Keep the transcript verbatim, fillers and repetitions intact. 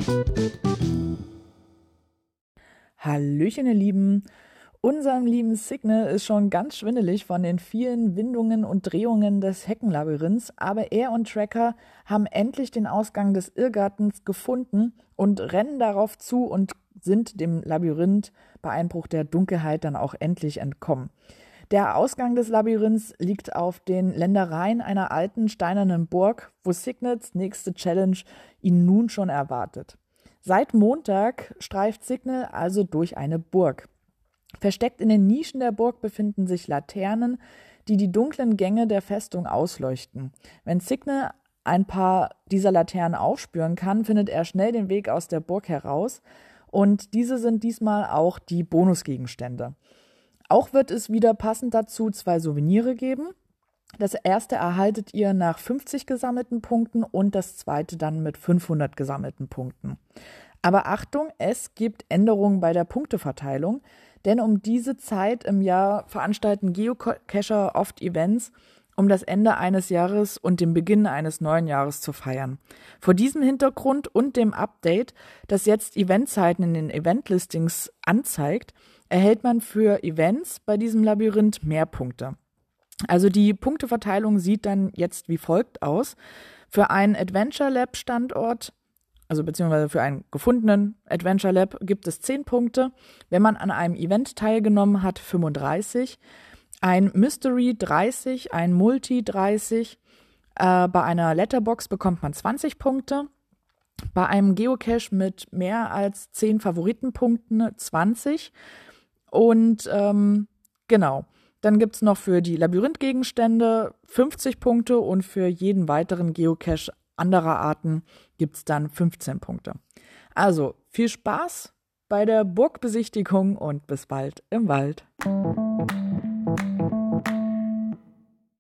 Hallöchen, ihr Lieben. Unserem lieben Signal ist schon ganz schwindelig von den vielen Windungen und Drehungen des Heckenlabyrinths, aber er und Tracker haben endlich den Ausgang des Irrgartens gefunden und rennen darauf zu und sind dem Labyrinth bei Einbruch der Dunkelheit dann auch endlich entkommen. Der Ausgang des Labyrinths liegt auf den Ländereien einer alten steinernen Burg, wo Signals nächste Challenge ihn nun schon erwartet. Seit Montag streift Signal also durch eine Burg. Versteckt in den Nischen der Burg befinden sich Laternen, die die dunklen Gänge der Festung ausleuchten. Wenn Signal ein paar dieser Laternen aufspüren kann, findet er schnell den Weg aus der Burg heraus. Und diese sind diesmal auch die Bonusgegenstände. Auch wird es wieder passend dazu zwei Souvenire geben. Das erste erhaltet ihr nach fünfzig gesammelten Punkten und das zweite dann mit fünfhundert gesammelten Punkten. Aber Achtung, es gibt Änderungen bei der Punkteverteilung, denn um diese Zeit im Jahr veranstalten Geocacher oft Events, um das Ende eines Jahres und den Beginn eines neuen Jahres zu feiern. Vor diesem Hintergrund und dem Update, das jetzt Eventzeiten in den Eventlistings anzeigt, erhält man für Events bei diesem Labyrinth mehr Punkte. Also die Punkteverteilung sieht dann jetzt wie folgt aus. Für einen Adventure Lab Standort, also beziehungsweise für einen gefundenen Adventure Lab, gibt es zehn Punkte. Wenn man an einem Event teilgenommen hat, fünfunddreißig. Ein Mystery dreißig, ein Multi dreißig. Äh, bei einer Letterbox bekommt man zwanzig Punkte. Bei einem Geocache mit mehr als zehn Favoritenpunkten zwanzig. Und ähm, genau. Dann gibt es noch für die Labyrinthgegenstände fünfzig Punkte und für jeden weiteren Geocache anderer Arten gibt es dann fünfzehn Punkte. Also viel Spaß bei der Burgbesichtigung und bis bald im Wald.